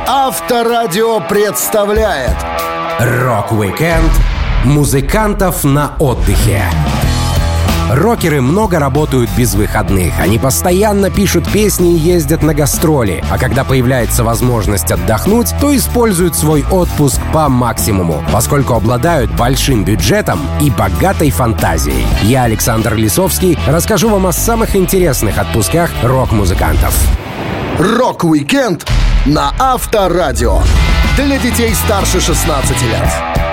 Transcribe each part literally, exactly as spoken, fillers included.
Авторадио представляет Рок-викенд музыкантов на отдыхе. Рокеры много работают без выходных. Они постоянно пишут песни и ездят на гастроли. А когда появляется возможность отдохнуть, то используют свой отпуск по максимуму, поскольку обладают большим бюджетом и богатой фантазией. Я, Александр Лисовский, расскажу вам о самых интересных отпусках рок-музыкантов. Рок-викенд на Авторадио. Для детей старше шестнадцати лет.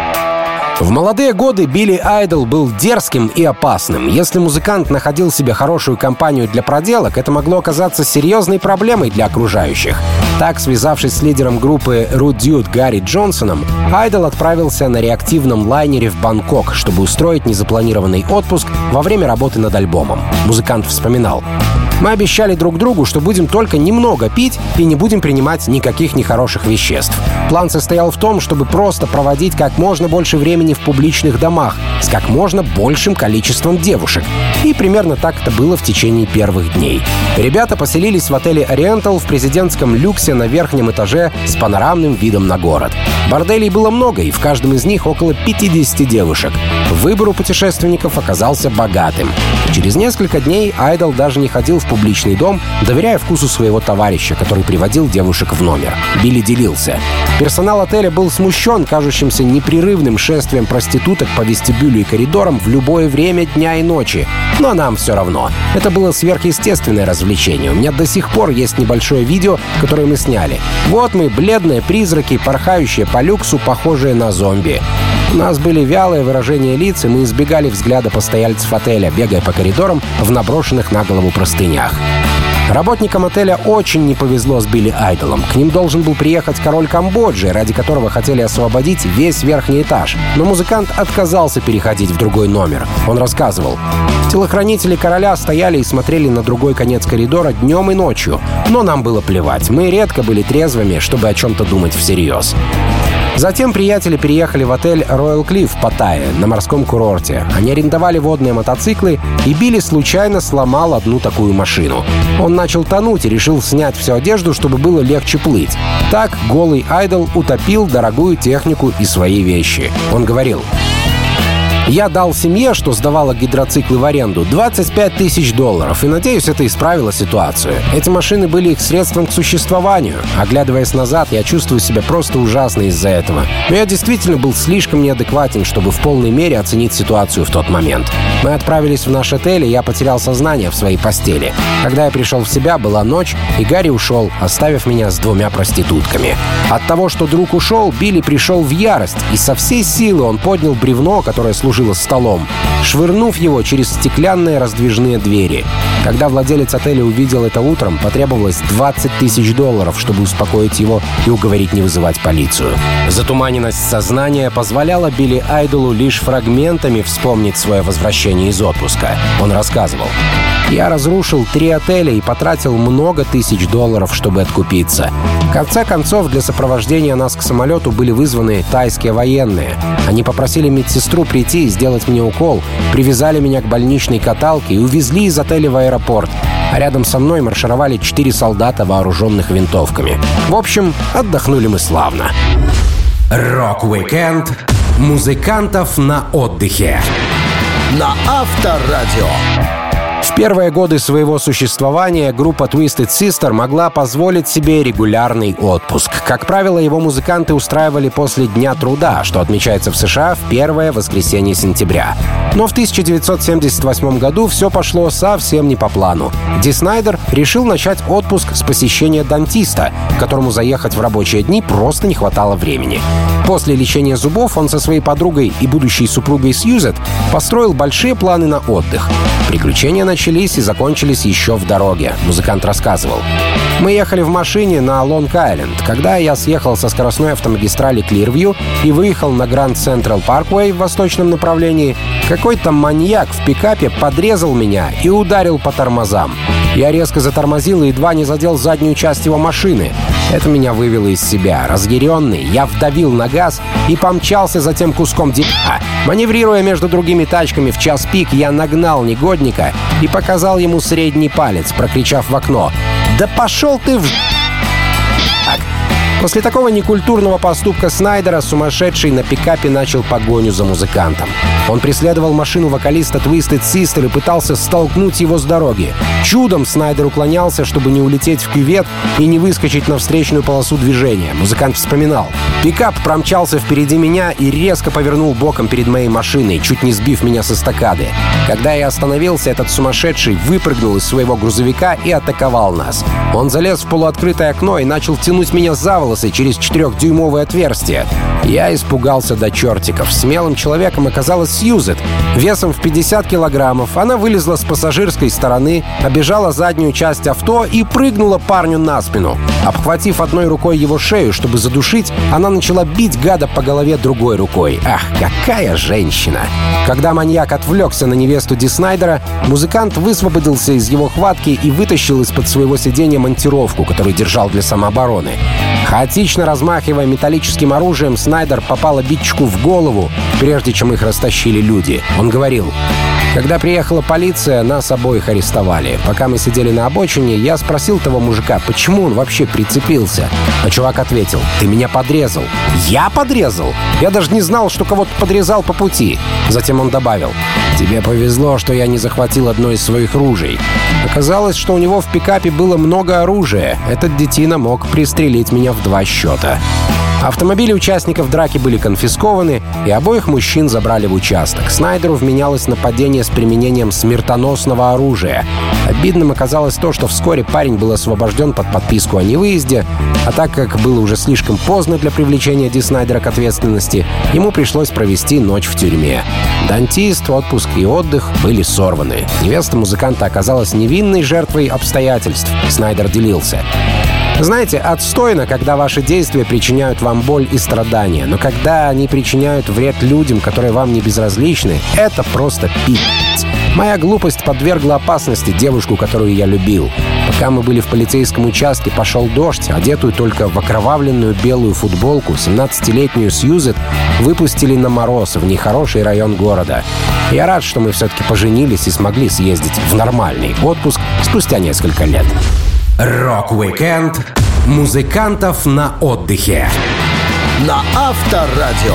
В молодые годы Билли Айдол был дерзким и опасным. Если музыкант находил себе хорошую компанию для проделок, это могло оказаться серьезной проблемой для окружающих. Так, связавшись с лидером группы Rude Dude Гарри Джонсоном, Айдол отправился на реактивном лайнере в Бангкок, чтобы устроить незапланированный отпуск во время работы над альбомом. Музыкант вспоминал: «Мы обещали друг другу, что будем только немного пить и не будем принимать никаких нехороших веществ. План состоял в том, чтобы просто проводить как можно больше времени в публичных домах с как можно большим количеством девушек». И примерно так это было в течение первых дней. Ребята поселились в отеле Ориентал в президентском люксе на верхнем этаже с панорамным видом на город. Борделей было много, и в каждом из них около пятидесяти девушек. Выбор у путешественников оказался богатым. Через несколько дней Айдол даже не ходил в публичный дом, доверяя вкусу своего товарища, который приводил девушек в номер. Билли делился: персонал отеля был смущен кажущимся непрерывным шествием проституток по вестибюлю и коридорам в любое время дня и ночи. Но нам все равно. Это было сверхъестественное развлечение. У меня до сих пор есть небольшое видео, которое мы сняли. Вот мы, бледные призраки, порхающие по люксу, похожие на зомби. У нас были вялые выражения лиц, и мы избегали взгляда постояльцев отеля, бегая по коридорам в наброшенных на голову простынях. Работникам отеля очень не повезло с Билли Айдолом. К ним должен был приехать король Камбоджи, ради которого хотели освободить весь верхний этаж. Но музыкант отказался переходить в другой номер. Он рассказывал: телохранители короля стояли и смотрели на другой конец коридора днем и ночью. Но нам было плевать. Мы редко были трезвыми, чтобы о чем-то думать всерьез. Затем приятели переехали в отель Royal Cliff в Паттайе, на морском курорте. Они арендовали водные мотоциклы, и Билли случайно сломал одну такую машину. Он начал тонуть и решил снять всю одежду, чтобы было легче плыть. Так голый Айдол утопил дорогую технику и свои вещи. Он говорил: «Я дал семье, что сдавала гидроциклы в аренду, двадцать пять тысяч долларов, и, надеюсь, это исправило ситуацию. Эти машины были их средством к существованию. Оглядываясь назад, я чувствую себя просто ужасно из-за этого. Но я действительно был слишком неадекватен, чтобы в полной мере оценить ситуацию в тот момент. Мы отправились в наш отель, и я потерял сознание в своей постели. Когда я пришел в себя, была ночь, и Гарри ушел, оставив меня с двумя проститутками. От того, что друг ушел, Билли пришел в ярость, и со всей силы он поднял бревно, которое служило столом, швырнув его через стеклянные раздвижные двери. Когда владелец отеля увидел это утром, потребовалось двадцать тысяч долларов, чтобы успокоить его и уговорить не вызывать полицию. Затуманенность сознания позволяла Билли Айдолу лишь фрагментами вспомнить свое возвращение из отпуска. Он рассказывал: «Я разрушил три отеля и потратил много тысяч долларов, чтобы откупиться. В конце концов, для сопровождения нас к самолету были вызваны тайские военные. Они попросили медсестру прийти и сделать мне укол, привязали меня к больничной каталке и увезли из отеля в аэропорт. А рядом со мной маршировали четыре солдата, вооруженных винтовками. В общем, отдохнули мы славно». Рок-викенд музыкантов на отдыхе На Авторадио. В первые годы своего существования группа Twisted Sister могла позволить себе регулярный отпуск. Как правило, его музыканты устраивали после Дня труда, что отмечается в США в первое воскресенье сентября. Но в тысяча девятьсот семьдесят восьмом году все пошло совсем не по плану. Ди Снайдер решил начать отпуск с посещения дантиста, которому заехать в рабочие дни просто не хватало времени. После лечения зубов он со своей подругой и будущей супругой Сьюзет построил большие планы на отдых. Приключения начались и закончились еще в дороге, музыкант рассказывал. «Мы ехали в машине на Лонг-Айленд. Когда я съехал со скоростной автомагистрали Клирвью и выехал на Гранд Централ Парквей в восточном направлении, какой-то маньяк в пикапе подрезал меня и ударил по тормозам. Я резко затормозил и едва не задел заднюю часть его машины. Это меня вывело из себя. Разъяренный, я вдавил на газ и помчался за тем куском дерьма. Маневрируя между другими тачками в час пик, я нагнал негодника и показал ему средний палец, прокричав в окно: «Да пошел ты в...» После такого некультурного поступка Снайдера сумасшедший на пикапе начал погоню за музыкантом. Он преследовал машину вокалиста Twisted Sister и пытался столкнуть его с дороги. Чудом Снайдер уклонялся, чтобы не улететь в кювет и не выскочить на встречную полосу движения. Музыкант вспоминал: «Пикап промчался впереди меня и резко повернул боком перед моей машиной, чуть не сбив меня с эстакады. Когда я остановился, этот сумасшедший выпрыгнул из своего грузовика и атаковал нас. Он залез в полуоткрытое окно и начал тянуть меня за волосы через четырехдюймовое отверстие. Я испугался до чертиков. Смелым человеком оказалась Сьюзет. Весом в пятьдесят килограммов она вылезла с пассажирской стороны, обежала заднюю часть авто и прыгнула парню на спину. Обхватив одной рукой его шею, чтобы задушить, она начала бить гада по голове другой рукой. Ах, какая женщина!» Когда маньяк отвлекся на невесту Ди Снайдера, музыкант высвободился из его хватки и вытащил из-под своего сиденья монтировку, которую держал для самообороны. Хаотично размахивая металлическим оружием, Снайдер попал обидчику в голову, прежде чем их растащили люди. Он говорил: «Когда приехала полиция, нас обоих арестовали. Пока мы сидели на обочине, я спросил того мужика, почему он вообще прицепился. А чувак ответил: «Ты меня подрезал». «Я подрезал? Я даже не знал, что кого-то подрезал по пути». Затем он добавил: «Тебе повезло, что я не захватил одно из своих ружей». Оказалось, что у него в пикапе было много оружия. Этот детина мог пристрелить меня в два счета. Автомобили участников драки были конфискованы, и обоих мужчин забрали в участок. Снайдеру вменялось нападение с применением смертоносного оружия. Обидным оказалось то, что вскоре парень был освобожден под подписку о невыезде, а так как было уже слишком поздно для привлечения Ди Снайдера к ответственности, ему пришлось провести ночь в тюрьме. Дантист, отпуск и отдых были сорваны. Невеста музыканта оказалась невинной жертвой обстоятельств. Снайдер делился: «Знаете, отстойно, когда ваши действия причиняют вам боль и страдания, но когда они причиняют вред людям, которые вам не безразличны, это просто пи***ц. Моя глупость подвергла опасности девушку, которую я любил. Пока мы были в полицейском участке, пошел дождь, одетую только в окровавленную белую футболку, семнадцатилетнюю Сьюзет выпустили на мороз в нехороший район города. Я рад, что мы все-таки поженились и смогли съездить в нормальный отпуск спустя несколько лет». Рок-уикенд музыкантов на отдыхе на Авторадио.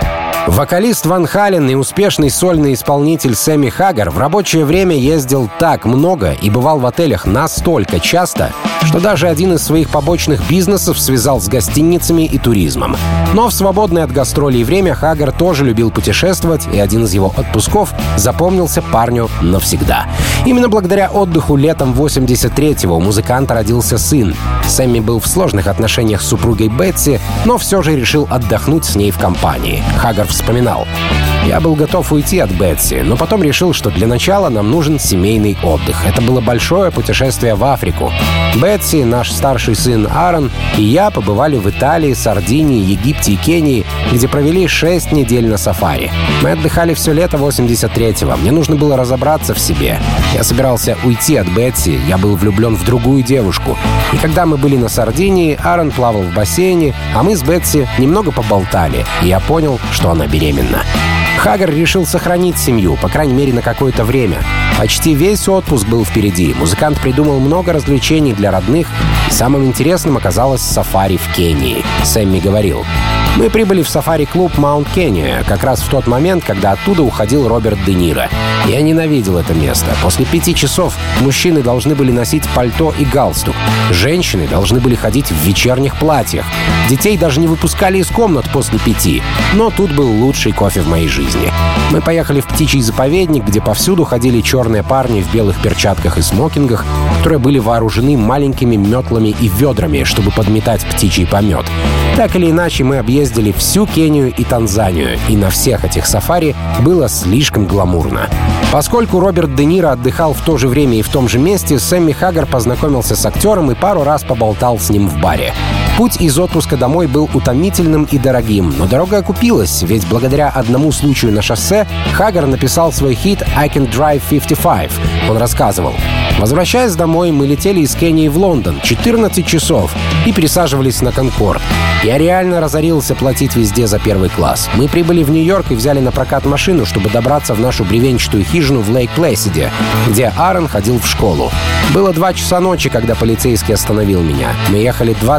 Вокалист Ван Хален и успешный сольный исполнитель Сэмми Хаггар в рабочее время ездил так много и бывал в отелях настолько часто, что даже один из своих побочных бизнесов связал с гостиницами и туризмом. Но в свободное от гастролей время Хаггар тоже любил путешествовать, и один из его отпусков запомнился парню навсегда. Именно благодаря отдыху летом восемьдесят третьего у музыканта родился сын. Сэмми был в сложных отношениях с супругой Бетси, но все же решил отдохнуть с ней в компании. Хаггар вспоминал: «Я был готов уйти от Бетси, но потом решил, что для начала нам нужен семейный отдых. Это было большое путешествие в Африку. Бетси, наш старший сын Аарон и я побывали в Италии, Сардинии, Египте и Кении, где провели шесть недель на сафари. Мы отдыхали все лето восемьдесят третьего. Мне нужно было разобраться в себе. Я собирался уйти от Бетси, я был влюблен в другую девушку. И когда мы были на Сардинии, Аарон плавал в бассейне, а мы с Бетси немного поболтали, и я понял, что она беременна». Хаггар решил сохранить семью, по крайней мере, на какое-то время. Почти весь отпуск был впереди. Музыкант придумал много развлечений для родных, и самым интересным оказалось сафари в Кении. Сэмми говорил: «Мы прибыли в сафари-клуб Маунт Кения как раз в тот момент, когда оттуда уходил Роберт Де Ниро. Я ненавидел это место. После пяти часов мужчины должны были носить пальто и галстук. Женщины должны были ходить в вечерних платьях. Детей даже не выпускали из комнат после пяти. Но тут был лучший кофе в моей жизни. Мы поехали в птичий заповедник, где повсюду ходили черные парни в белых перчатках и смокингах, которые были вооружены маленькими метлами и ведрами, чтобы подметать птичий помет. Так или иначе, мы объездили всю Кению и Танзанию, и на всех этих сафари было слишком гламурно. Поскольку Роберт Де Ниро отдыхал в то же время и в том же месте, Сэмми Хаггар познакомился с актером и пару раз поболтал с ним в баре. Путь из отпуска домой был утомительным и дорогим, но дорога окупилась, ведь благодаря одному случаю на шоссе Хаггар написал свой хит «I Can Drive пятьдесят пять». Он рассказывал: «Возвращаясь домой, мы летели из Кении в Лондон четырнадцать часов и пересаживались на Конкорд. Я реально разорился платить везде за первый класс. Мы прибыли в Нью-Йорк и взяли на прокат машину, чтобы добраться в нашу бревенчатую хижину в Лейк-Плэсиде, где Аарон ходил в школу. Было два часа ночи, когда полицейский остановил меня. Мы ехали двадцать четыре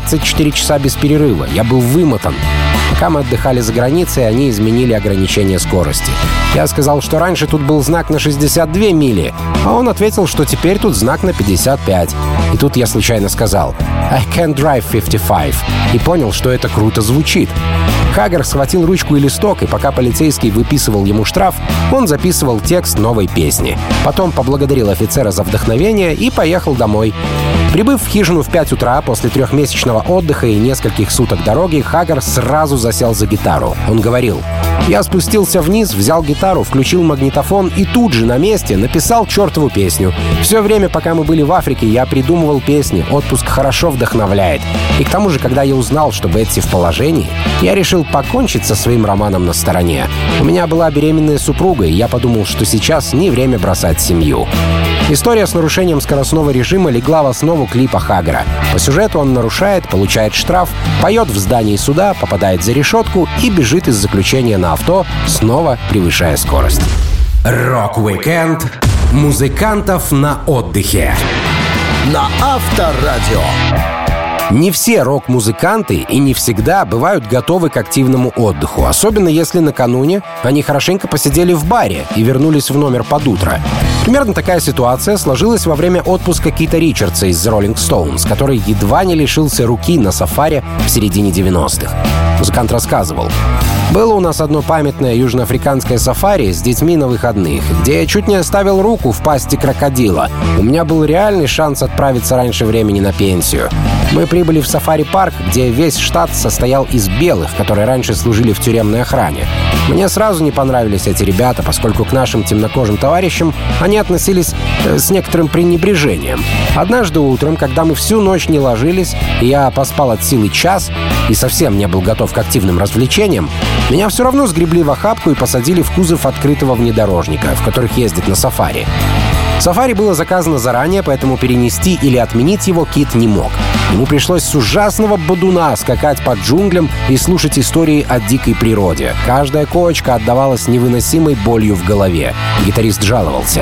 четыре часа без перерыва. Я был вымотан. Пока мы отдыхали за границей, они изменили ограничение скорости. Я сказал, что раньше тут был знак на шестьдесят две мили, а он ответил, что теперь тут знак на пятьдесят пять. И тут я случайно сказал «I can't drive fifty-five» и понял, что это круто звучит. Хаггар схватил ручку и листок, и пока полицейский выписывал ему штраф, он записывал текст новой песни. Потом поблагодарил офицера за вдохновение и поехал домой. Прибыв в хижину в пять утра после трехмесячного отдыха и нескольких суток дороги, Хаггар сразу засел за гитару. Он говорил: «Я спустился вниз, взял гитару, включил магнитофон и тут же на месте написал чертову песню. Все время, пока мы были в Африке, я придумывал песни. Отпуск хорошо вдохновляет. И к тому же, когда я узнал, что Бетси в положении, я решил покончить со своим романом на стороне. У меня была беременная супруга, и я подумал, что сейчас не время бросать семью». История с нарушением скоростного режима легла в основу клипа Хаггара. По сюжету он нарушает, получает штраф, поет в здании суда, попадает за решетку и бежит из заключения на авто, снова превышая скорость. Рок-викенд музыкантов на отдыхе на Авторадио. Не все рок-музыканты и не всегда бывают готовы к активному отдыху, особенно если накануне они хорошенько посидели в баре и вернулись в номер под утро. Примерно такая ситуация сложилась во время отпуска Кита Ричардса из The Rolling Stones, который едва не лишился руки на сафари в середине девяностых. Музыкант рассказывал: «Было у нас одно памятное южноафриканское сафари с детьми на выходных, где я чуть не оставил руку в пасти крокодила. У меня был реальный шанс отправиться раньше времени на пенсию. Мы прибыли в сафари-парк, где весь штат состоял из белых, которые раньше служили в тюремной охране. Мне сразу не понравились эти ребята, поскольку к нашим темнокожим товарищам они относились э, с некоторым пренебрежением. Однажды утром, когда мы всю ночь не ложились, и я поспал от силы час и совсем не был готов к активным развлечениям, меня все равно сгребли в охапку и посадили в кузов открытого внедорожника, в которых ездят на сафари. Сафари было заказано заранее, поэтому перенести или отменить его Кит не мог. Ему пришлось с ужасного бодуна скакать по джунглям и слушать истории о дикой природе. Каждая коечка отдавалась невыносимой болью в голове. Гитарист жаловался: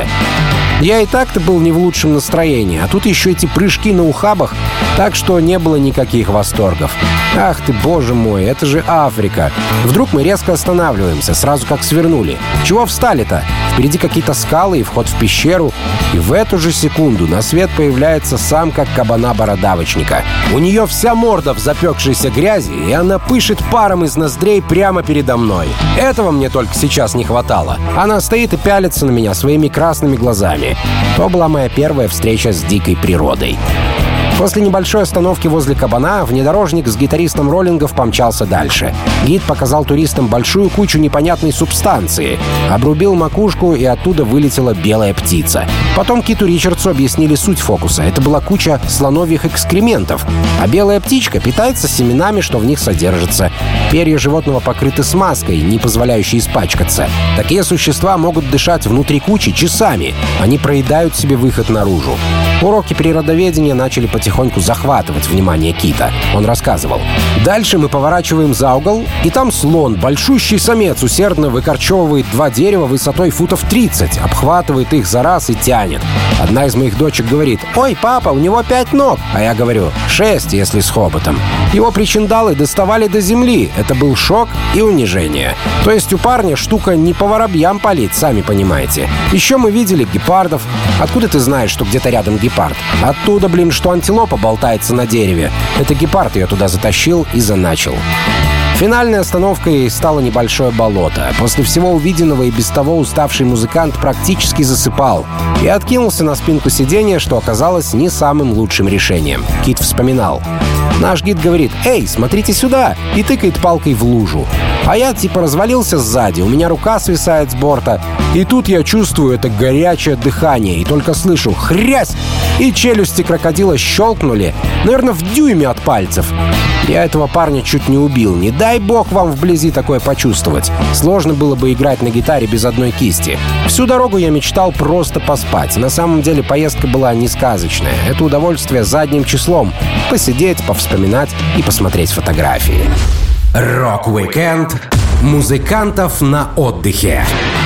«Я и так-то был не в лучшем настроении, а тут еще эти прыжки на ухабах, так что не было никаких восторгов. Ах ты, боже мой, это же Африка!» Вдруг мы резко останавливаемся, сразу как свернули. Чего встали-то? Впереди какие-то скалы и вход в пещеру. И в эту же секунду на свет появляется самка кабана-бородавочника. У нее вся морда в запекшейся грязи, и она пышет паром из ноздрей прямо передо мной. Этого мне только сейчас не хватало. Она стоит и пялится на меня своими красными глазами. То была моя первая встреча с дикой природой. После небольшой остановки возле кабана внедорожник с гитаристом роллингов помчался дальше. Гид показал туристам большую кучу непонятной субстанции, обрубил макушку, и оттуда вылетела белая птица. Потом Киту Ричардсу объяснили суть фокуса. Это была куча слоновьих экскрементов, а белая птичка питается семенами, что в них содержится. Перья животного покрыты смазкой, не позволяющей испачкаться. Такие существа могут дышать внутри кучи часами. Они проедают себе выход наружу. Уроки природоведения начали потихоньку захватывать внимание Кита. Он рассказывал: «Дальше мы поворачиваем за угол, и там слон, большущий самец, усердно выкорчевывает два дерева высотой футов тридцать, обхватывает их за раз и тянет. Одна из моих дочек говорит: «Ой, папа, у него пять ног!» А я говорю: «Шесть, если с хоботом». Его причиндалы доставали до земли. Это был шок и унижение. То есть у парня штука не по воробьям палит, сами понимаете. Еще мы видели гепардов. Откуда ты знаешь, что где-то рядом гепард? Гепард. Оттуда, блин, что антилопа болтается на дереве. Это гепард ее туда затащил и заначил. Финальной остановкой стало небольшое болото. После всего увиденного и без того уставший музыкант практически засыпал и откинулся на спинку сиденья, что оказалось не самым лучшим решением. Кит вспоминал: «Наш гид говорит: «Эй, смотрите сюда!» и тыкает палкой в лужу. А я типа развалился сзади, у меня рука свисает с борта, и тут я чувствую это горячее дыхание, и только слышу хрясь, и челюсти крокодила щелкнули, наверное, в дюйме от пальцев. Я этого парня чуть не убил. Не дай бог вам вблизи такое почувствовать. Сложно было бы играть на гитаре без одной кисти. Всю дорогу я мечтал просто поспать. На самом деле поездка была не сказочная. Это удовольствие задним числом. Посидеть, повспоминать и посмотреть фотографии. Рок-викенд музыкантов на отдыхе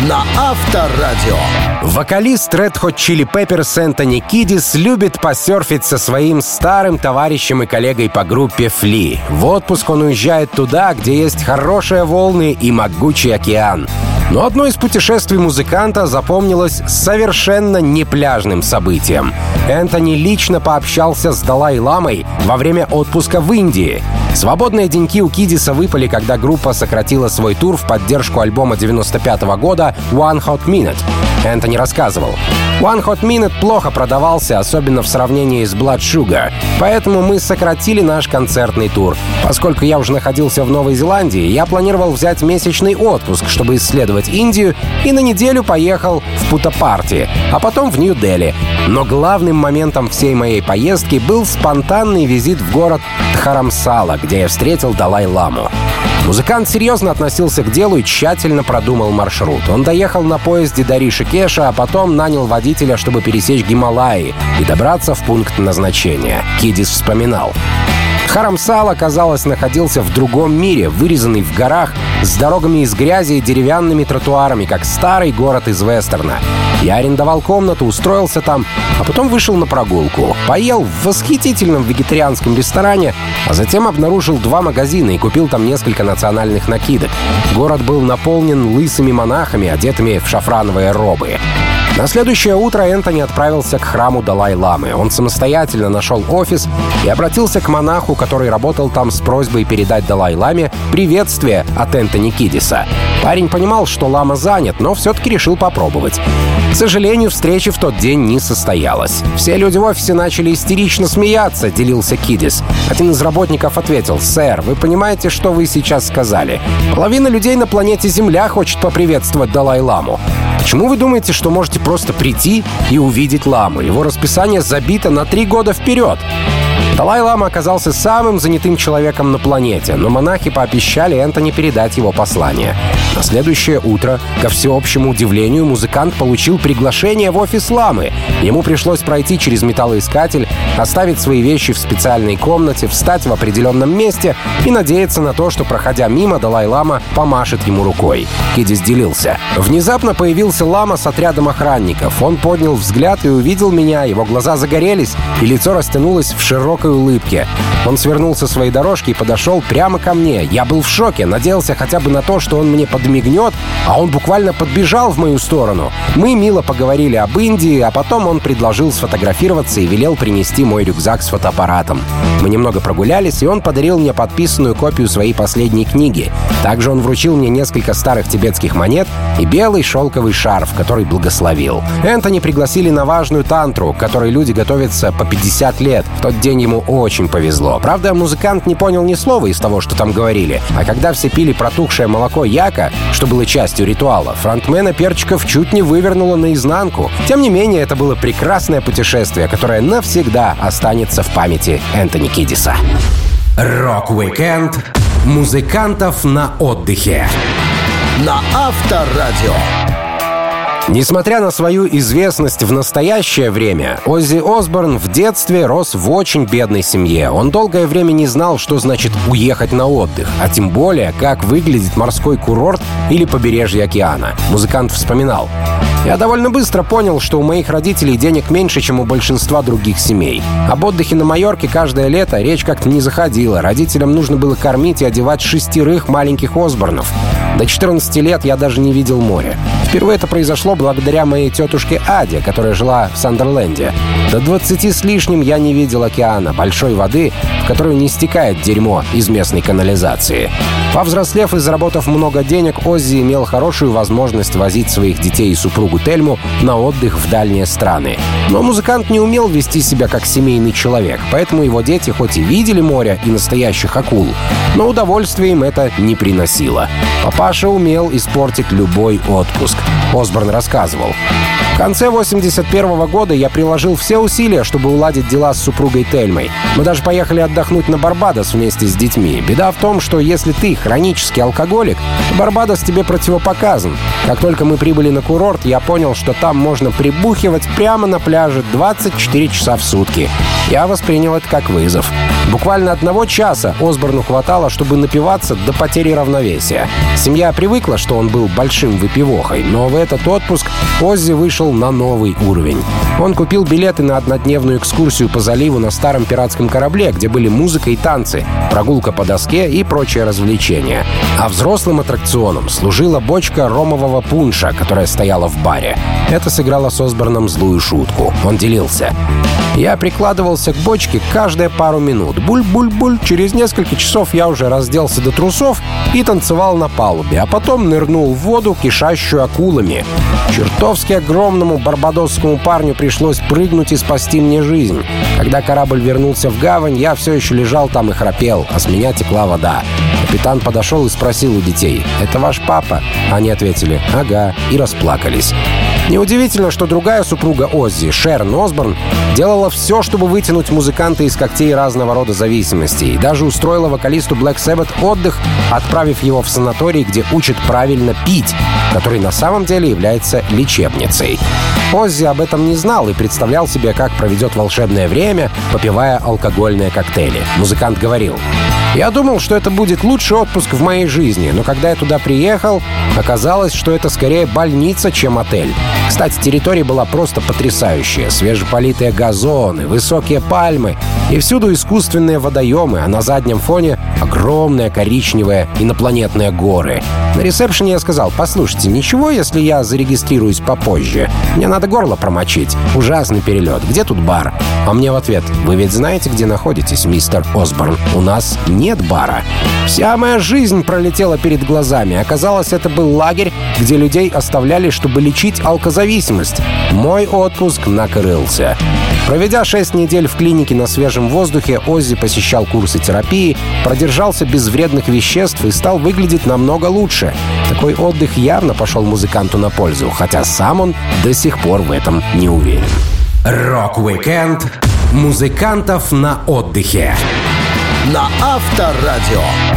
на Авторадио. Вокалист Red Hot Chili Peppers Энтони Кидис любит посерфить со своим старым товарищем и коллегой по группе Фли. В отпуск он уезжает туда, где есть хорошие волны и могучий океан. Но одно из путешествий музыканта запомнилось совершенно не пляжным событием. Энтони лично пообщался с Далай-ламой во время отпуска в Индии. Свободные деньки у Кидиса выпали, когда группа сократила свой тур в поддержку альбома девяносто пятого года «One Hot Minute». Энтони рассказывал: «One Hot Minute плохо продавался, особенно в сравнении с Blood Sugar, поэтому мы сократили наш концертный тур. Поскольку я уже находился в Новой Зеландии, я планировал взять месячный отпуск, чтобы исследовать Индию, и на неделю поехал в Путапарти, а потом в Нью-Дели. Но главным моментом всей моей поездки был спонтанный визит в город Дхарамсала, где я встретил Далай-ламу». Музыкант серьезно относился к делу и тщательно продумал маршрут. Он доехал на поезде до Ришикеша, а потом нанял водителя, чтобы пересечь Гималаи и добраться в пункт назначения. Кидис вспоминал: «Дхарамсала, казалось, находился в другом мире, вырезанный в горах, с дорогами из грязи и деревянными тротуарами, как старый город из вестерна. Я арендовал комнату, устроился там, а потом вышел на прогулку. Поел в восхитительном вегетарианском ресторане, а затем обнаружил два магазина и купил там несколько национальных накидок. Город был наполнен лысыми монахами, одетыми в шафрановые робы». На следующее утро Энтони отправился к храму Далай-ламы. Он самостоятельно нашел офис и обратился к монаху, который работал там, с просьбой передать Далай-ламе приветствие от Энтони Кидиса. Парень понимал, что лама занят, но все-таки решил попробовать. К сожалению, встреча в тот день не состоялась. Все люди в офисе начали истерично смеяться, делился Кидис. Один из работников ответил: «Сэр, вы понимаете, что вы сейчас сказали? Половина людей на планете Земля хочет поприветствовать Далай-ламу. Почему вы думаете, что можете просто прийти и увидеть ламу? Его расписание забито на три года вперед». Далай-лама оказался самым занятым человеком на планете, но монахи пообещали Энтони передать его послание. На следующее утро, ко всеобщему удивлению, музыкант получил приглашение в офис ламы. Ему пришлось пройти через металлоискатель, оставить свои вещи в специальной комнате, встать в определенном месте и надеяться на то, что, проходя мимо, Далай-лама помашет ему рукой. Кидис делился: «Внезапно появился лама с отрядом охранников. Он поднял взгляд и увидел меня, его глаза загорелись, и лицо растянулось в широкой улыбке. Он свернул со своей дорожки и подошел прямо ко мне. Я был в шоке, надеялся хотя бы на то, что он мне подмигнет, а он буквально подбежал в мою сторону. Мы мило поговорили об Индии, а потом он предложил сфотографироваться и велел принести мой рюкзак с фотоаппаратом. Мы немного прогулялись, и он подарил мне подписанную копию своей последней книги. Также он вручил мне несколько старых тибетских монет и белый шелковый шарф, который благословил. Энтони пригласили на важную тантру, к которой люди готовятся по пятьдесят лет. В тот день ему очень повезло. Правда, музыкант не понял ни слова из того, что там говорили. А когда все пили протухшее молоко яка, что было частью ритуала, фронтмена Перчиков чуть не вывернуло наизнанку. Тем не менее, это было прекрасное путешествие, которое навсегда останется в памяти Энтони Кидиса. Рок-викенд Музыкантов на отдыхе на Авторадио. Несмотря на свою известность в настоящее время, Оззи Осборн в детстве рос в очень бедной семье. Он долгое время не знал, что значит уехать на отдых, а тем более, как выглядит морской курорт или побережье океана. Музыкант вспоминал: «Я довольно быстро понял, что у моих родителей денег меньше, чем у большинства других семей. Об отдыхе на Майорке каждое лето речь как-то не заходила. Родителям нужно было кормить и одевать шестерых маленьких Осборнов. До четырнадцати лет я даже не видел моря. Впервые это произошло благодаря моей тетушке Аде, которая жила в Сандерленде. До двадцати с лишним я не видел океана, большой воды, в которую не стекает дерьмо из местной канализации». Повзрослев и заработав много денег, Оззи имел хорошую возможность возить своих детей и супругу Тельму на отдых в дальние страны. Но музыкант не умел вести себя как семейный человек, поэтому его дети хоть и видели море и настоящих акул, но удовольствия им это не приносило. Папаша умел испортить любой отпуск. Осборн рассказывал: «В конце восемьдесят первого года я приложил все усилия, чтобы уладить дела с супругой Тельмой. Мы даже поехали отдохнуть на Барбадос вместе с детьми. Беда в том, что если ты хронический алкоголик, то Барбадос тебе противопоказан. Как только мы прибыли на курорт, я понял, что там можно прибухивать прямо на пляже двадцать четыре часа в сутки. Я воспринял это как вызов. Буквально одного часа Осборну хватало, чтобы напиваться до потери равновесия. Семья привыкла, что он был большим выпивохой, но в этот отпуск Оззи вышел на новый уровень. Он купил билеты на однодневную экскурсию по заливу на старом пиратском корабле, где были музыка и танцы, прогулка по доске и прочие развлечения. А взрослым аттракционом служила бочка ромового пунша, которая стояла в баре. Это сыграло с Осборном злую шутку. Он делился: «Я прикладывался к бочке каждые пару минут. Буль-буль-буль. Через несколько часов я уже разделся до трусов и танцевал на палубе, а потом нырнул в воду, кишащую акулами. Чертовски огромному барбадосскому парню пришлось прыгнуть и спасти мне жизнь. Когда корабль вернулся в гавань, я все еще лежал там и храпел, а с меня текла вода. Капитан подошел и спросил у детей: «Это ваш папа?» Они ответили: «Ага», и расплакались. Неудивительно, что другая супруга Оззи, Шерон Осборн, делала все, чтобы вытянуть музыканта из когтей разного рода зависимостей, и даже устроила вокалисту Black Sabbath отдых, отправив его в санаторий, где учат правильно пить, который на самом деле является лечебницей. Оззи об этом не знал и представлял себе, как проведет волшебное время, попивая алкогольные коктейли. Музыкант говорил: «Я думал, что это будет лучший отпуск в моей жизни, но когда я туда приехал, оказалось, что это скорее больница, чем отель. Кстати, территория была просто потрясающая. Свежеполитые газоны, высокие пальмы и всюду искусственные водоемы, а на заднем фоне огромные коричневые инопланетные горы. На ресепшене я сказал: «Послушайте, ничего, если я зарегистрируюсь попозже? Мне надо горло промочить. Ужасный перелет. Где тут бар?» А мне в ответ: «Вы ведь знаете, где находитесь, мистер Осборн? У нас нет бара». Вся моя жизнь пролетела перед глазами. Оказалось, это был лагерь, где людей оставляли, чтобы лечить алкозависимость. Мой отпуск накрылся. Проведя шесть недель в клинике на свежем воздухе, Оззи посещал курсы терапии, продержался без вредных веществ и стал выглядеть намного лучше. Такой отдых явно пошел музыканту на пользу, хотя сам он до сих пор в этом не уверен. Рок-викенд музыкантов на отдыхе на Авторадио.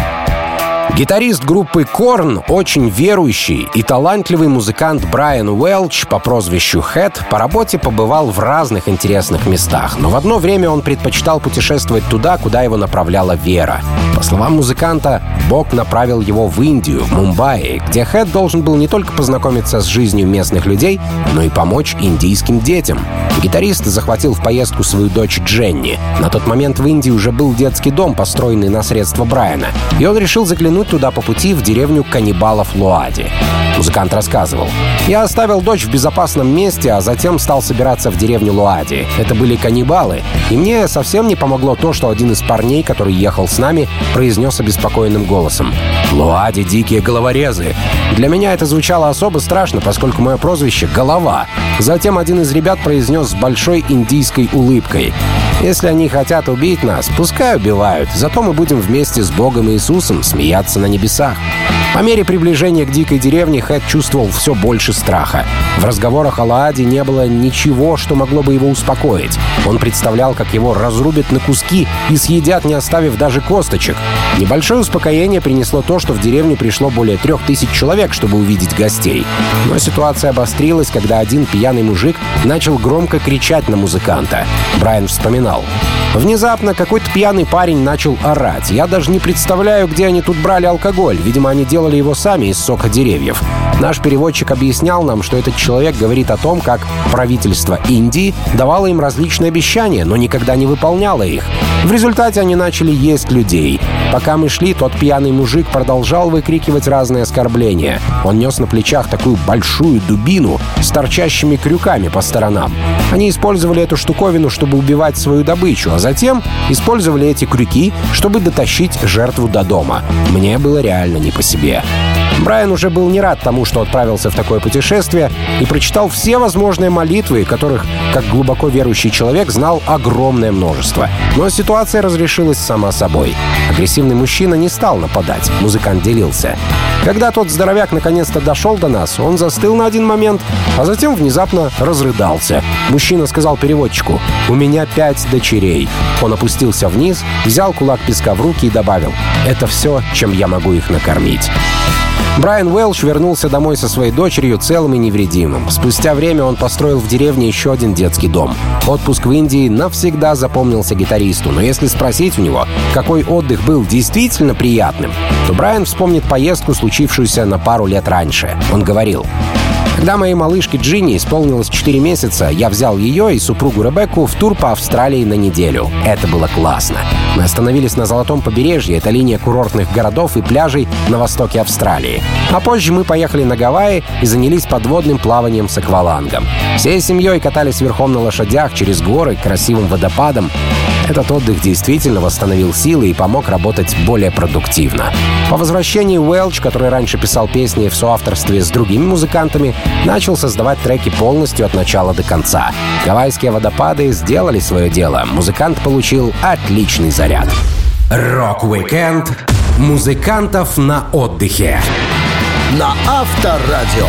Гитарист группы Корн, очень верующий и талантливый музыкант Брайан Уэлч по прозвищу Хэт по работе побывал в разных интересных местах, но в одно время он предпочитал путешествовать туда, куда его направляла вера. По словам музыканта, Бог направил его в Индию, в Мумбаи, где Хэт должен был не только познакомиться с жизнью местных людей, но и помочь индийским детям. Гитарист захватил в поездку свою дочь Дженни. На тот момент в Индии уже был детский дом, построенный на средства Брайана, и он решил заглянуть туда по пути в деревню каннибалов Луади. Музыкант рассказывал: «Я оставил дочь в безопасном месте, а затем стал собираться в деревню Луади. Это были каннибалы, и мне совсем не помогло то, что один из парней, который ехал с нами, произнес обеспокоенным голосом: «Луади — дикие головорезы». Для меня это звучало особо страшно, поскольку мое прозвище — Голова. Затем один из ребят произнес с большой индийской улыбкой: «Если они хотят убить нас, пускай убивают, зато мы будем вместе с Богом и Иисусом смеяться на небесах». По мере приближения к дикой деревне Хэт чувствовал все больше страха. В разговорах о Луади не было ничего, что могло бы его успокоить. Он представлял, как его разрубят на куски и съедят, не оставив даже косточек. Небольшое успокоение принесло то, что в деревню пришло более трех тысяч человек, чтобы увидеть гостей. Но ситуация обострилась, когда один пьяный мужик начал громко кричать на музыканта. Брайан вспоминал: «Внезапно какой-то пьяный парень начал орать. Я даже не представляю, где они тут брали алкоголь. Видимо, они делали его сами из сока деревьев. Наш переводчик объяснял нам, что этот человек говорит о том, как правительство Индии давало им различные обещания, но никогда не выполняло их. В результате они начали есть людей. Пока мы шли, тот пьяный мужик продолжал выкрикивать разные оскорбления. Он нес на плечах такую большую дубину с торчащими крюками по сторонам. Они использовали эту штуковину, чтобы убивать свою добычу, а затем использовали эти крюки, чтобы дотащить жертву до дома. Мне было реально не по себе». Брайан уже был не рад тому, что отправился в такое путешествие, и прочитал все возможные молитвы, которых, как глубоко верующий человек, знал огромное множество. Но ситуация разрешилась сама собой. Агрессивный мужчина не стал нападать, музыкант делился. Когда тот здоровяк наконец-то дошел до нас, он застыл на один момент, а затем внезапно разрыдался. Мужчина сказал переводчику: «У меня пять дочерей». Он опустился вниз, взял кулак песка в руки и добавил: «Это все, чем я могу их накормить». Брайан Уэлч вернулся домой со своей дочерью целым и невредимым. Спустя время он построил в деревне еще один детский дом. Отпуск в Индии навсегда запомнился гитаристу, но если спросить у него, какой отдых был действительно приятным, то Брайан вспомнит поездку, случившуюся на пару лет раньше. Он говорил: «Когда моей малышке Джинни исполнилось четыре месяца, я взял ее и супругу Ребекку в тур по Австралии на неделю. Это было классно. Мы остановились на Золотом побережье, это линия курортных городов и пляжей на востоке Австралии. А позже мы поехали на Гавайи и занялись подводным плаванием с аквалангом. Всей семьей катались верхом на лошадях через горы к красивым водопадам. Этот отдых действительно восстановил силы и помог работать более продуктивно». По возвращении Уэлч, который раньше писал песни в соавторстве с другими музыкантами, начал создавать треки полностью от начала до конца. Гавайские водопады сделали свое дело. Музыкант получил отличный заряд. Рок-викенд музыкантов на отдыхе на Авторадио.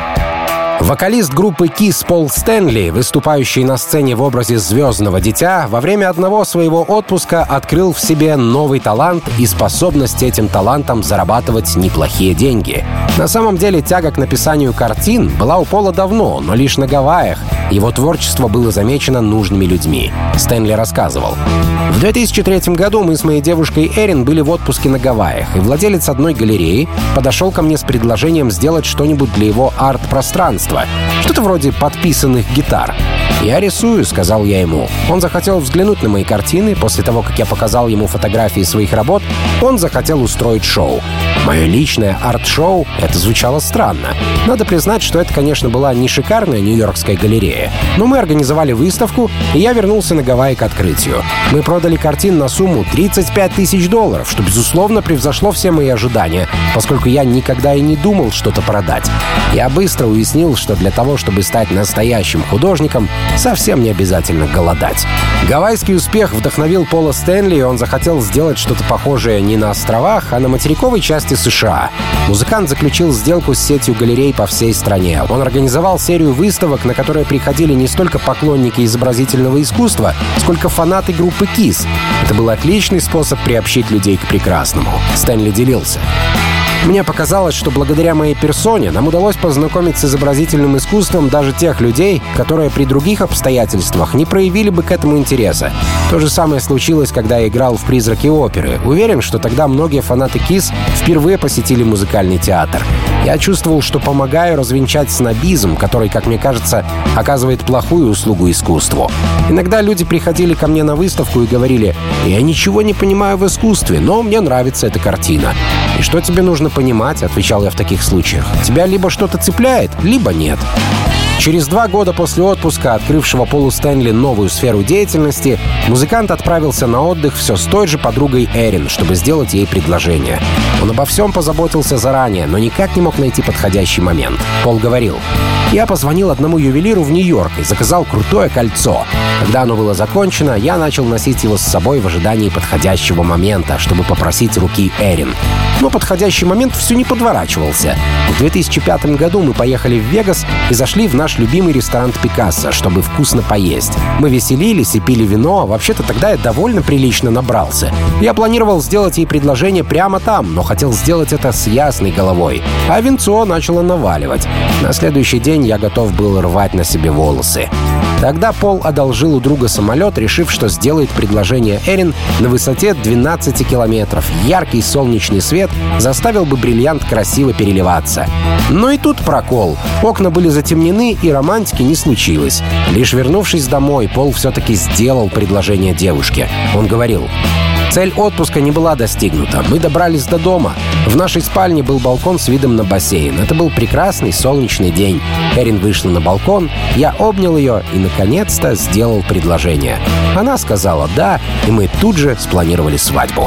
Вокалист группы Kiss Пол Стэнли, выступающий на сцене в образе звездного дитя, во время одного своего отпуска открыл в себе новый талант и способность этим талантом зарабатывать неплохие деньги. На самом деле тяга к написанию картин была у Пола давно, но лишь на Гавайях. Его творчество было замечено нужными людьми. Стэнли рассказывал: «В две тысячи третьем году мы с моей девушкой Эрин были в отпуске на Гавайях, и владелец одной галереи подошел ко мне с предложением сделать что-нибудь для его арт-пространства. Что-то вроде подписанных гитар. «Я рисую», — сказал я ему. Он захотел взглянуть на мои картины. После того, как я показал ему фотографии своих работ, он захотел устроить шоу. Мое личное арт-шоу — это звучало странно. Надо признать, что это, конечно, была не шикарная нью-йоркская галерея, но мы организовали выставку, и я вернулся на Гавайи к открытию. Мы продали картин на сумму тридцать пять тысяч долларов, что, безусловно, превзошло все мои ожидания, поскольку я никогда и не думал что-то продать. Я быстро уяснил, что для того, чтобы стать настоящим художником, совсем не обязательно голодать». Гавайский успех вдохновил Пола Стэнли, и он захотел сделать что-то похожее не на островах, а на материковой части США. Музыкант заключил сделку с сетью галерей по всей стране. Он организовал серию выставок, на которые приходили не столько поклонники изобразительного искусства, сколько фанаты группы Kiss. Это был отличный способ приобщить людей к прекрасному. Стэнли делился: «Мне показалось, что благодаря моей персоне нам удалось познакомить с изобразительным искусством даже тех людей, которые при других обстоятельствах не проявили бы к этому интереса. То же самое случилось, когда я играл в «Призраки оперы». Уверен, что тогда многие фанаты Kiss впервые посетили музыкальный театр. Я чувствовал, что помогаю развенчать снобизм, который, как мне кажется, оказывает плохую услугу искусству. Иногда люди приходили ко мне на выставку и говорили: «Я ничего не понимаю в искусстве, но мне нравится эта картина». «И что тебе нужно понимать?» — отвечал я в таких случаях. «Тебя либо что-то цепляет, либо нет». Через два года после отпуска, открывшего Полу Стэнли новую сферу деятельности, музыкант отправился на отдых все с той же подругой Эрин, чтобы сделать ей предложение. Он обо всем позаботился заранее, но никак не мог найти подходящий момент. Пол говорил: «Я позвонил одному ювелиру в Нью-Йорк и заказал крутое кольцо. Когда оно было закончено, я начал носить его с собой в ожидании подходящего момента, чтобы попросить руки Эрин. Но подходящий момент все не подворачивался. В две тысячи пятом году мы поехали в Вегас и зашли в наш любимый ресторан Пикассо, чтобы вкусно поесть. Мы веселились и пили вино, а вообще-то тогда я довольно прилично набрался. Я планировал сделать ей предложение прямо там, но хотел сделать это с ясной головой. А винцо начало наваливать. На следующий день я готов был рвать на себе волосы». Тогда Пол одолжил у друга самолет, решив, что сделает предложение Эрин на высоте двенадцати километров. Яркий солнечный свет заставил бы бриллиант красиво переливаться. Но и тут прокол. Окна были затемнены, и романтики не случилось. Лишь вернувшись домой, Пол все-таки сделал предложение девушке. Он говорил: «Цель отпуска не была достигнута. Мы добрались до дома. В нашей спальне был балкон с видом на бассейн. Это был прекрасный солнечный день. Эрин вышла на балкон, я обнял ее и, наконец-то, сделал предложение. Она сказала «да», и мы тут же спланировали свадьбу».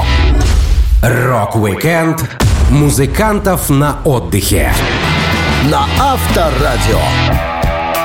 Рок-викенд музыкантов на отдыхе на Авторадио.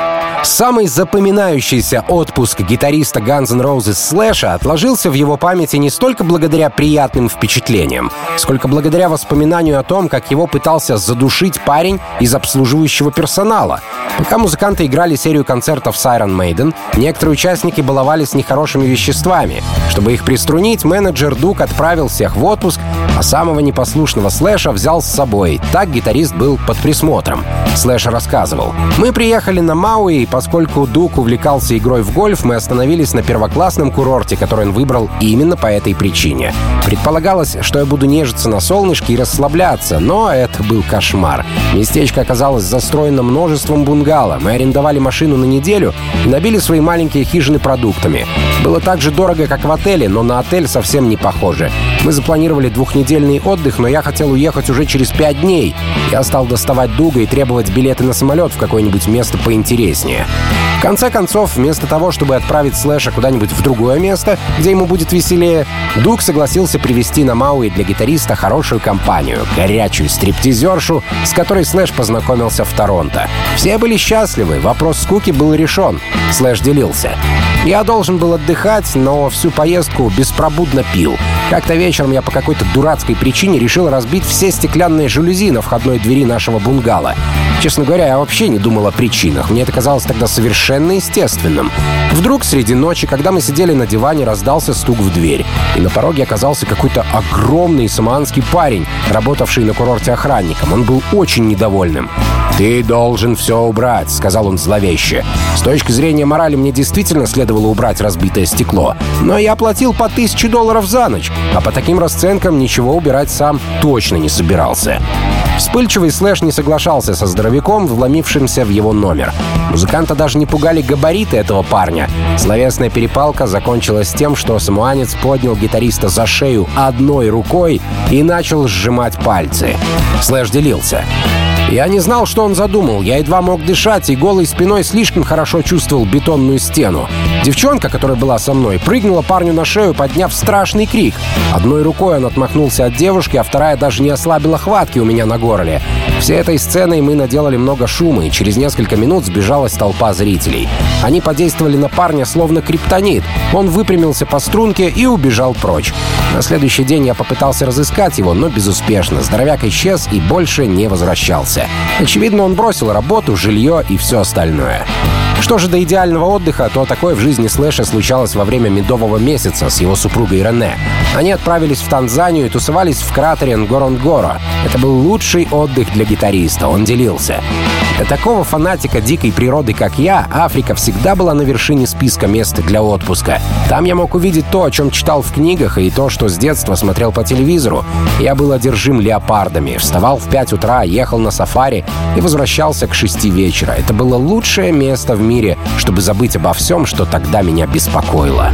Самый запоминающийся отпуск гитариста Guns N' Roses Слэша отложился в его памяти не столько благодаря приятным впечатлениям, сколько благодаря воспоминанию о том, как его пытался задушить парень из обслуживающего персонала. Пока музыканты играли серию концертов с Iron Maiden, некоторые участники баловались нехорошими веществами. Чтобы их приструнить, менеджер Дук отправил всех в отпуск, а самого непослушного Слэша взял с собой. Так гитарист был под присмотром. Слэш рассказывал: «Мы приехали на Мауи, и поскольку Дук увлекался игрой в гольф, мы остановились на первоклассном курорте, который он выбрал именно по этой причине. Предполагалось, что я буду нежиться на солнышке и расслабляться, но это был кошмар. Местечко оказалось застроено множеством бунгало. Мы арендовали машину на неделю и набили свои маленькие хижины продуктами. Было так же дорого, как в отеле, но на отель совсем не похоже. Мы запланировали двухнедельный отдых, но я хотел уехать уже через пять дней. Я стал доставать Дуга и требовать билеты на самолет в какое-нибудь место поинтереснее. В конце концов, вместо того, чтобы отправить Слэша куда-нибудь в другое место, где ему будет веселее, Дуг согласился привезти на Мауи для гитариста хорошую компанию, горячую стриптизершу, с которой Слэш познакомился в Торонто. Все были счастливы, вопрос скуки был решен. Слэш делился: «Я должен был отдыхать, но всю поездку беспробудно пил. Как-то вечером я по какой-то дурацкой причине решил разбить все стеклянные жалюзи на входной двери нашего бунгало. Честно говоря, я вообще не думал о причинах. Мне это казалось тогда совершенно естественным. Вдруг среди ночи, когда мы сидели на диване, раздался стук в дверь. И на пороге оказался какой-то огромный самоанский парень, работавший на курорте охранником. Он был очень недовольным. «Ты должен все убрать», — сказал он зловеще. С точки зрения морали мне действительно следовало убрать разбитое стекло. Но я платил по тысяче долларов за ночь, а по таким расценкам ничего убирать сам точно не собирался. Вспыльчивый Слэш не соглашался со здоровяком, вломившимся в его номер. Музыканта даже не пугали габариты этого парня. Словесная перепалка закончилась тем, что самоанец поднял гитариста за шею одной рукой и начал сжимать пальцы. Слэш делился: «Я не знал, что он задумал. Я едва мог дышать и голой спиной слишком хорошо чувствовал бетонную стену. Девчонка, которая была со мной, прыгнула парню на шею, подняв страшный крик. Одной рукой он отмахнулся от девушки, а вторая даже не ослабила хватки у меня на горле. Всей этой сценой мы наделали много шума, и через несколько минут сбежалась толпа зрителей. Они подействовали на парня словно криптонит. Он выпрямился по струнке и убежал прочь. На следующий день я попытался разыскать его, но безуспешно. Здоровяк исчез и больше не возвращался. Очевидно, он бросил работу, жилье и все остальное». Что же до идеального отдыха, то такое в жизни Слэша случалось во время медового месяца с его супругой Рене. Они отправились в Танзанию и тусовались в кратере Нгоронгоро. Это был лучший отдых для гитариста, он делился: «Для такого фанатика дикой природы, как я, Африка всегда была на вершине списка мест для отпуска. Там я мог увидеть то, о чем читал в книгах, и то, что с детства смотрел по телевизору. Я был одержим леопардами, вставал в пять утра, ехал на сафари и возвращался к шести вечера. Это было лучшее место в мире, чтобы забыть обо всем, что тогда меня беспокоило».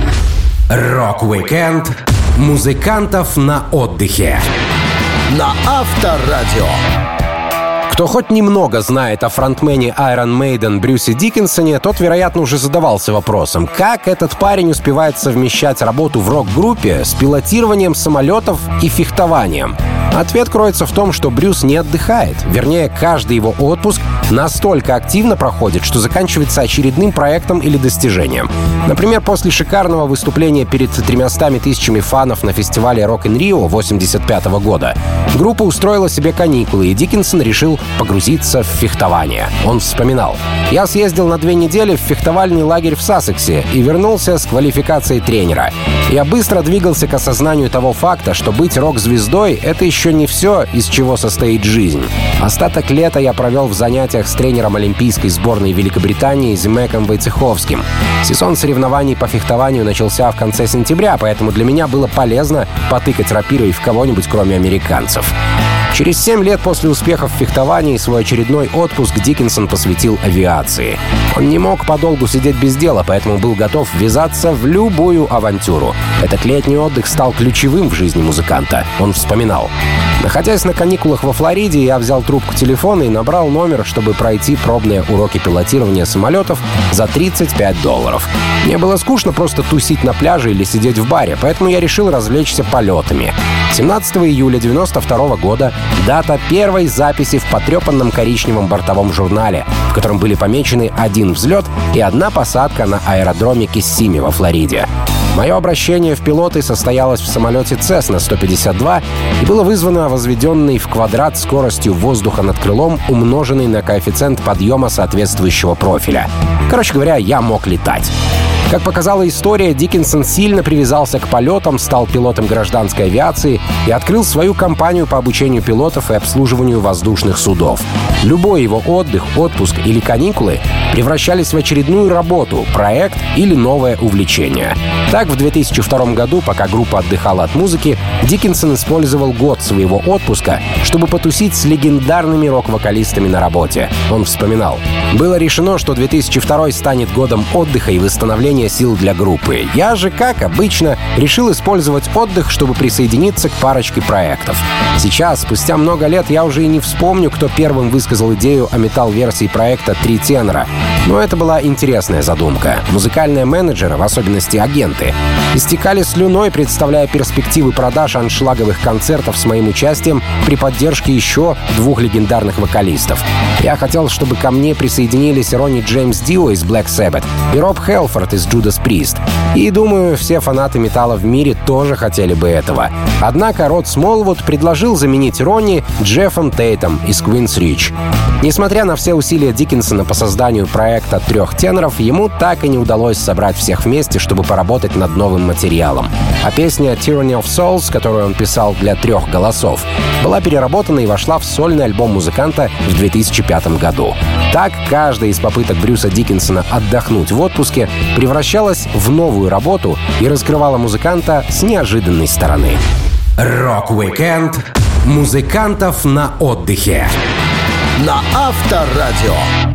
Рок-уикенд музыкантов на отдыхе на Авторадио. Кто хоть немного знает о фронтмене Iron Maiden Брюсе Диккинсоне, тот, вероятно, уже задавался вопросом, как этот парень успевает совмещать работу в рок-группе с пилотированием самолетов и фехтованием. Ответ кроется в том, что Брюс не отдыхает. Вернее, каждый его отпуск настолько активно проходит, что заканчивается очередным проектом или достижением. Например, после шикарного выступления перед тремястами тысячами фанов на фестивале Rock in Rio восемьдесят пятого года группа устроила себе каникулы, и Диккинсон решил погрузиться в фехтование. Он вспоминал: «Я съездил на две недели в фехтовальный лагерь в Сассексе и вернулся с квалификацией тренера. Я быстро двигался к осознанию того факта, что быть рок-звездой — это еще не все, из чего состоит жизнь. Остаток лета я провел в занятиях с тренером олимпийской сборной Великобритании Зимеком Войцеховским. Сезон соревнований по фехтованию начался в конце сентября, поэтому для меня было полезно потыкать рапирой в кого-нибудь, кроме американцев». Через семь лет после успехов в фехтовании свой очередной отпуск Диккинсон посвятил авиации. Он не мог подолгу сидеть без дела, поэтому был готов ввязаться в любую авантюру. Этот летний отдых стал ключевым в жизни музыканта. Он вспоминал: «Находясь на каникулах во Флориде, я взял трубку телефона и набрал номер, чтобы пройти пробные уроки пилотирования самолетов за тридцать пять долларов. Мне было скучно просто тусить на пляже или сидеть в баре, поэтому я решил развлечься полетами. семнадцатого июля девяносто второго года — дата первой записи в потрепанном коричневом бортовом журнале, в котором были помечены один взлет и одна посадка на аэродроме Киссими во Флориде. Мое обращение в пилоты состоялось в самолете Cessna сто пятьдесят два и было вызвано возведенной в квадрат скоростью воздуха над крылом, умноженной на коэффициент подъема соответствующего профиля. Короче говоря, я мог летать. Как показала история, Диккенсон сильно привязался к полетам, стал пилотом гражданской авиации и открыл свою компанию по обучению пилотов и обслуживанию воздушных судов. Любой его отдых, отпуск или каникулы превращались в очередную работу, проект или новое увлечение. Так, в две тысячи втором году, пока группа отдыхала от музыки, Диккенсон использовал год своего отпуска, чтобы потусить с легендарными рок-вокалистами на работе. Он вспоминал: «Было решено, что две тысячи второй станет годом отдыха и восстановления сил для группы. Я же, как обычно, решил использовать отдых, чтобы присоединиться к парочке проектов. Сейчас, спустя много лет, я уже и не вспомню, кто первым высказал идею о метал-версии проекта «Три тенора». Но это была интересная задумка. Музыкальные менеджеры, в особенности агенты, истекали слюной, представляя перспективы продаж аншлаговых концертов с моим участием при поддержке еще двух легендарных вокалистов. Я хотел, чтобы ко мне присоединились Ронни Джеймс Дио из Black Sabbath и Роб Хелфорд из Judas Priest. И, думаю, все фанаты металла в мире тоже хотели бы этого. Однако Род Смолвуд предложил заменить Ронни Джеффом Тейтом из Queen's Reach. Несмотря на все усилия Диккенсона по созданию проекта трех теноров, ему так и не удалось собрать всех вместе, чтобы поработать над новым материалом. А песня «Tyranny of Souls», которую он писал для трех голосов, была переработана и вошла в сольный альбом музыканта в две тысячи пятом году. Так, каждая из попыток Брюса Диккенсона отдохнуть в отпуске превращалась в новую работу и раскрывала музыканта с неожиданной стороны. Рок-уикенд музыкантов на отдыхе на Авторадио.